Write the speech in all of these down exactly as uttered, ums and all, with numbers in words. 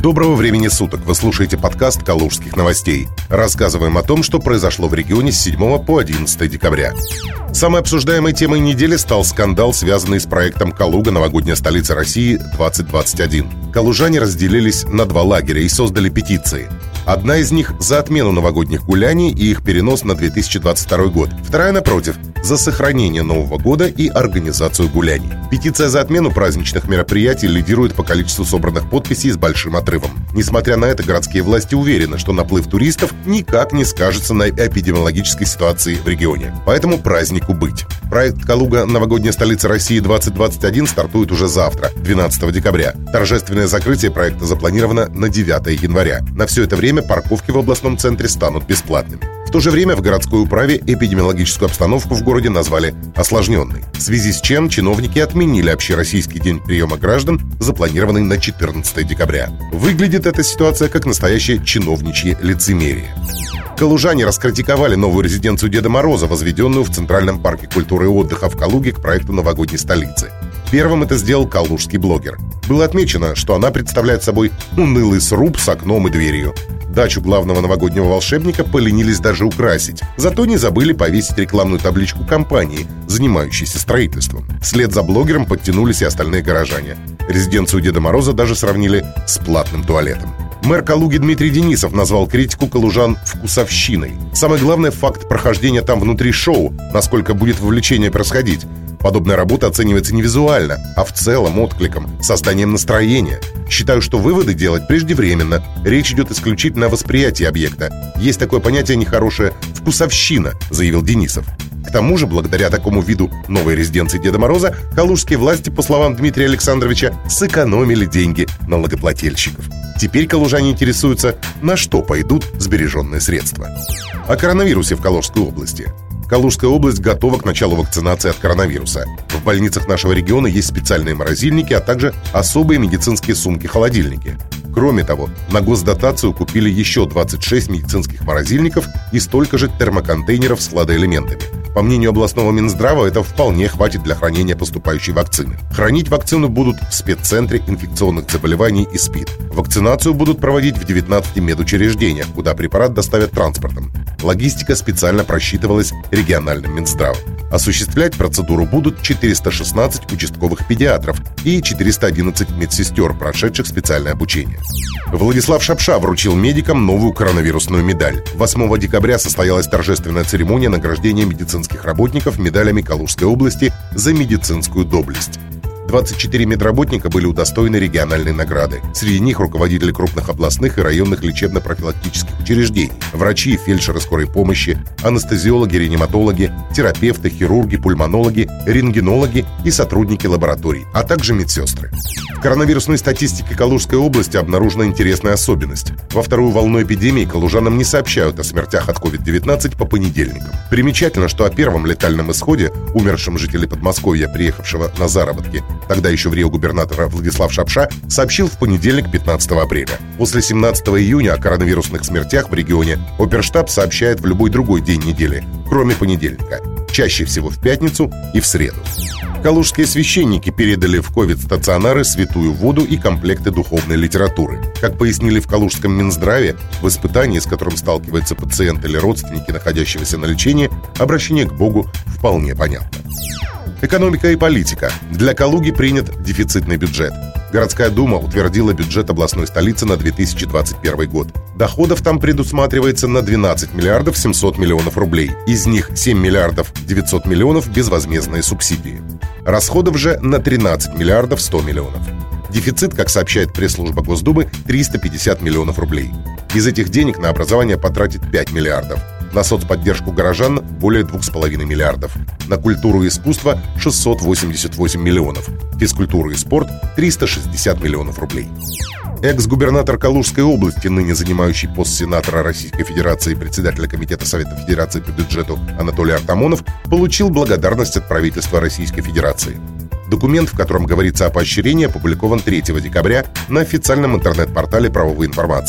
Доброго времени суток! Вы слушаете подкаст «Калужских новостей». Рассказываем о том, что произошло в регионе с седьмого по одиннадцатое декабря. Самой обсуждаемой темой недели стал скандал, связанный с проектом «Калуга. Новогодняя столица России-двадцать двадцать один». Калужане разделились на два лагеря и создали петиции. Одна из них за отмену новогодних гуляний и их перенос на две тысячи двадцать второй год. Вторая, напротив, за сохранение Нового года и организацию гуляний. Петиция за отмену праздничных мероприятий лидирует по количеству собранных подписей с большим отрывом. Несмотря на это, городские власти уверены, что наплыв туристов никак не скажется на эпидемиологической ситуации в регионе. Поэтому празднику быть. Проект «Калуга. Новогодняя столица России-двадцать двадцать один» стартует уже завтра, двенадцатого декабря. Торжественное закрытие проекта запланировано на девятое января. На все это время парковки в областном центре станут бесплатными. В то же время в городской управе эпидемиологическую обстановку в городе назвали осложненной, в связи с чем чиновники отменили общероссийский день приема граждан, запланированный на четырнадцатое декабря. Выглядит эта ситуация как настоящее чиновничье лицемерие. Калужане раскритиковали новую резиденцию Деда Мороза, возведенную в Центральном парке культуры и отдыха в Калуге к проекту новогодней столицы. Первым это сделал калужский блогер. Было отмечено, что она представляет собой унылый сруб с окном и дверью. Дачу главного новогоднего волшебника поленились даже украсить. Зато не забыли повесить рекламную табличку компании, занимающейся строительством. Вслед за блогером подтянулись и остальные горожане. Резиденцию Деда Мороза даже сравнили с платным туалетом. Мэр Калуги Дмитрий Денисов назвал критику калужан вкусовщиной. Самый главный факт прохождения там внутри шоу, насколько будет вовлечение происходить. Подобная работа оценивается не визуально, а в целом откликом, созданием настроения. Считаю, что выводы делать преждевременно. Речь идет исключительно о восприятии объекта. Есть такое понятие нехорошее «вкусовщина», заявил Денисов. К тому же, благодаря такому виду новой резиденции Деда Мороза, калужские власти, по словам Дмитрия Александровича, сэкономили деньги налогоплательщиков. Теперь калужане интересуются, на что пойдут сбереженные средства. О коронавирусе в Калужской области. Калужская область готова к началу вакцинации от коронавируса. В больницах нашего региона есть специальные морозильники, а также особые медицинские сумки-холодильники. Кроме того, на госдотацию купили еще двадцать шесть медицинских морозильников и столько же термоконтейнеров с складоэлементами. По мнению областного Минздрава, это вполне хватит для хранения поступающей вакцины. Хранить вакцину будут в спеццентре инфекционных заболеваний и СПИД. Вакцинацию будут проводить в девятнадцати медучреждениях, куда препарат доставят транспортом. Логистика специально просчитывалась региональным Минздравом. Осуществлять процедуру будут четыреста шестнадцать участковых педиатров и четыреста одиннадцать медсестер, прошедших специальное обучение. Владислав Шапша вручил медикам новую коронавирусную медаль. восьмого декабря состоялась торжественная церемония награждения медицинских работников медалями Калужской области за медицинскую доблесть. двадцать четыре медработника были удостоены региональной награды. Среди них руководители крупных областных и районных лечебно-профилактических учреждений, врачи и фельдшеры скорой помощи, анестезиологи, реаниматологи, терапевты, хирурги, пульмонологи, рентгенологи и сотрудники лабораторий, а также медсестры. В коронавирусной статистике Калужской области обнаружена интересная особенность. Во вторую волну эпидемии калужанам не сообщают о смертях от ковид девятнадцать по понедельникам. Примечательно, что о первом летальном исходе, умершем жителе Подмосковья, приехавшего на заработки, тогда еще в Рио губернатора Владислав Шапша, сообщил в понедельник, пятнадцатого апреля. После семнадцатого июня о коронавирусных смертях в регионе оперштаб сообщает в любой другой день недели, кроме понедельника. Чаще всего в пятницу и в среду. Калужские священники передали в ковид-стационары святую воду и комплекты духовной литературы. Как пояснили в Калужском Минздраве, в испытании, с которым сталкивается пациент или родственники находящегося на лечении, обращение к Богу вполне понятно. Экономика и политика. Для Калуги принят дефицитный бюджет. Городская дума утвердила бюджет областной столицы на две тысячи двадцать первый год. Доходов там предусматривается на двенадцать миллиардов семьсот миллионов рублей. Из них семь миллиардов девятьсот миллионов безвозмездные субсидии. Расходов же на тринадцать миллиардов сто миллионов. Дефицит, как сообщает пресс-служба Госдумы, триста пятьдесят миллионов рублей. Из этих денег на образование потратит пять миллиардов. На соцподдержку горожан более двух с половиной миллиардов. На культуру и искусство шестьсот восемьдесят восемь миллионов. Физкультуру и спорт триста шестьдесят миллионов рублей. Экс-губернатор Калужской области, ныне занимающий пост сенатора Российской Федерации и председателя Комитета Совета Федерации по бюджету Анатолий Артамонов, получил благодарность от правительства Российской Федерации. Документ, в котором говорится о поощрении, опубликован третьего декабря на официальном интернет-портале правовой информации.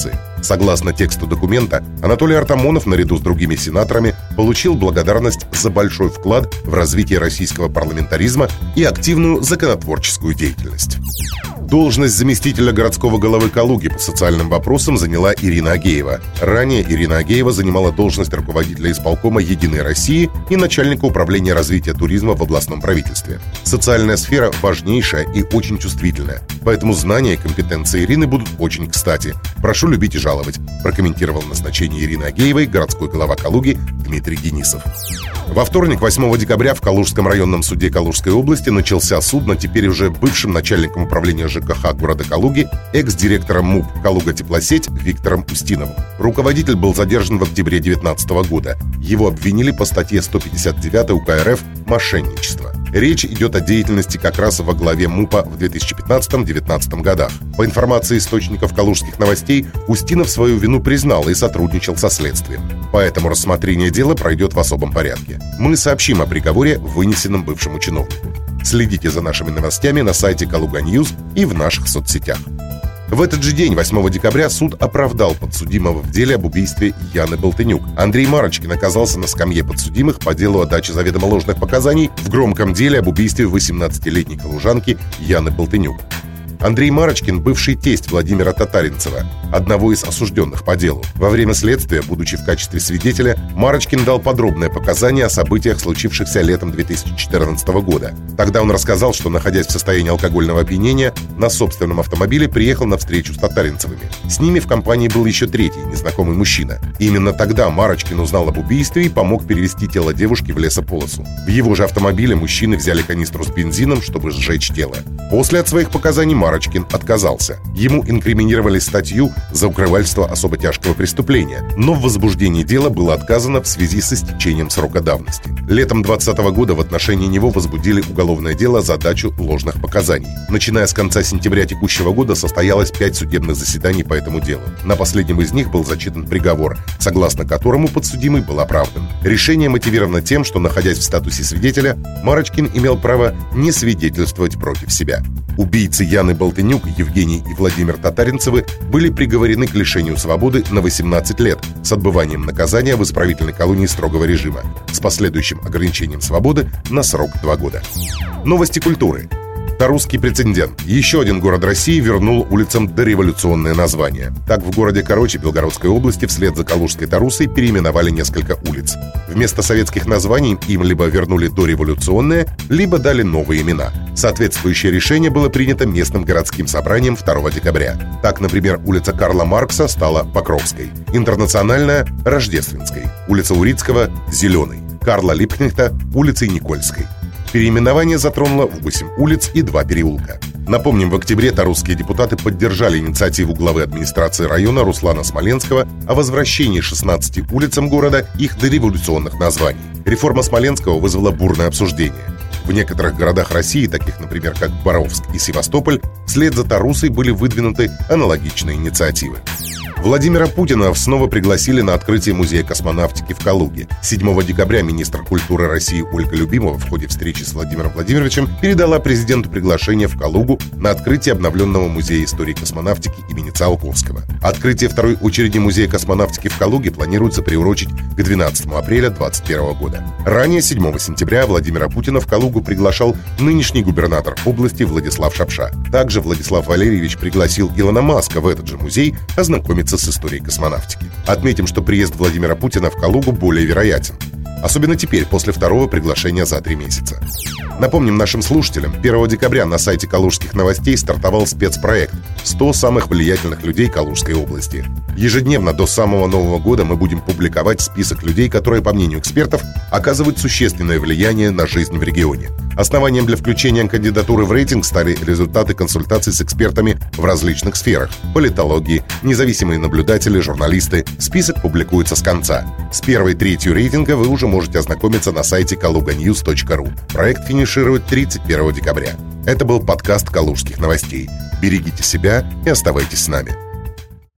Согласно тексту документа, Анатолий Артамонов наряду с другими сенаторами получил благодарность за большой вклад в развитие российского парламентаризма и активную законотворческую деятельность. Должность заместителя городского головы Калуги по социальным вопросам заняла Ирина Агеева. Ранее Ирина Агеева занимала должность руководителя исполкома «Единой России» и начальника управления развития туризма в областном правительстве. Социальная сфера важнейшая и очень чувствительная, поэтому знания и компетенции Ирины будут очень кстати. Прошу любить и жаловать, прокомментировал назначение Ирины Агеевой городской голова Калуги Дмитрий Денисов. Во вторник, восьмого декабря, в Калужском районном суде Калужской области начался суд над теперь уже бывшим начальником управления ЖКХ города Калуги, экс-директором МУП «Калуга Теплосеть» Виктором Устиновым. Руководитель был задержан в октябре две тысячи девятнадцатого года. Его обвинили по статье сто пятьдесят девять УК РФ «Мошенничество». Речь идет о деятельности как раз во главе МУПа в две тысячи пятнадцатом — две тысячи девятнадцатом годах. По информации источников калужских новостей, Устинов свою вину признал и сотрудничал со следствием. Поэтому рассмотрение дела пройдет в особом порядке. Мы сообщим о приговоре, вынесенном бывшему чиновнику. Следите за нашими новостями на сайте Калуга Ньюс и в наших соцсетях. В этот же день, восьмого декабря, суд оправдал подсудимого в деле об убийстве Яны Болтынюк. Андрей Марочкин оказался на скамье подсудимых по делу о даче заведомо ложных показаний в громком деле об убийстве восемнадцатилетней калужанки Яны Болтынюк. Андрей Марочкин – бывший тесть Владимира Татаринцева, одного из осужденных по делу. Во время следствия, будучи в качестве свидетеля, Марочкин дал подробное показание о событиях, случившихся летом две тысячи четырнадцатого года. Тогда он рассказал, что, находясь в состоянии алкогольного опьянения, на собственном автомобиле приехал на встречу с Татаринцевыми. С ними в компании был еще третий, незнакомый мужчина. Именно тогда Марочкин узнал об убийстве и помог перевести тело девушки в лесополосу. В его же автомобиле мужчины взяли канистру с бензином, чтобы сжечь тело. После от своих показаний Марочкин отказался. Ему инкриминировали статью за укрывательство особо тяжкого преступления, но в возбуждении дела было отказано в связи с истечением срока давности. Летом двадцатого года в отношении него возбудили уголовное дело за дачу ложных показаний. Начиная с конца сентября текущего года состоялось пять судебных заседаний по этому делу. На последнем из них был зачитан приговор, согласно которому подсудимый был оправдан. Решение мотивировано тем, что, находясь в статусе свидетеля, Марочкин имел право не свидетельствовать против себя. Убийцы Яны Болтынюк, Евгений и Владимир Татаринцевы были приговорены к лишению свободы на восемнадцать лет с отбыванием наказания в исправительной колонии строгого режима с последующим ограничением свободы на срок два года. Новости культуры. Тарусский прецедент. Еще один город России вернул улицам дореволюционное название. Так, в городе Короче Белгородской области вслед за Калужской Тарусой переименовали несколько улиц. Вместо советских названий им либо вернули дореволюционные, либо дали новые имена. Соответствующее решение было принято местным городским собранием второго декабря. Так, например, улица Карла Маркса стала Покровской, Интернациональная – Рождественской, улица Урицкого – Зеленой, Карла Липкнехта – улицей Никольской. Переименование затронуло восемь улиц и два переулка. Напомним, в октябре тарусские депутаты поддержали инициативу главы администрации района Руслана Смоленского о возвращении шестнадцати улицам города их дореволюционных названий. Реформа Смоленского вызвала бурное обсуждение. В некоторых городах России, таких, например, как Боровск и Севастополь, вслед за Тарусой были выдвинуты аналогичные инициативы. Владимира Путина снова пригласили на открытие Музея космонавтики в Калуге. седьмого декабря министр культуры России Ольга Любимова в ходе встречи с Владимиром Владимировичем передала президенту приглашение в Калугу на открытие обновленного Музея истории космонавтики имени Циолковского. Открытие второй очереди Музея космонавтики в Калуге планируется приурочить к двенадцатому апреля две тысячи двадцать первого года. Ранее, седьмого сентября, Владимира Путина в Калугу приглашал нынешний губернатор области Владислав Шапша. Также Владислав Валерьевич пригласил Илона Маска в этот же музей ознакомиться с историей космонавтики. Отметим, что приезд Владимира Путина в Калугу более вероятен. Особенно теперь, после второго приглашения за три месяца. Напомним нашим слушателям, первого декабря на сайте Калужских новостей стартовал спецпроект «сто самых влиятельных людей Калужской области». Ежедневно до самого Нового года мы будем публиковать список людей, которые, по мнению экспертов, оказывают существенное влияние на жизнь в регионе. Основанием для включения кандидатуры в рейтинг стали результаты консультаций с экспертами в различных сферах – политологии, независимые наблюдатели, журналисты. Список публикуется с конца. С первой третью рейтинга вы уже можете ознакомиться на сайте калуга ньюс точка ру. Проект финиширует тридцать первого декабря. Это был подкаст Калужских новостей. Берегите себя и оставайтесь с нами.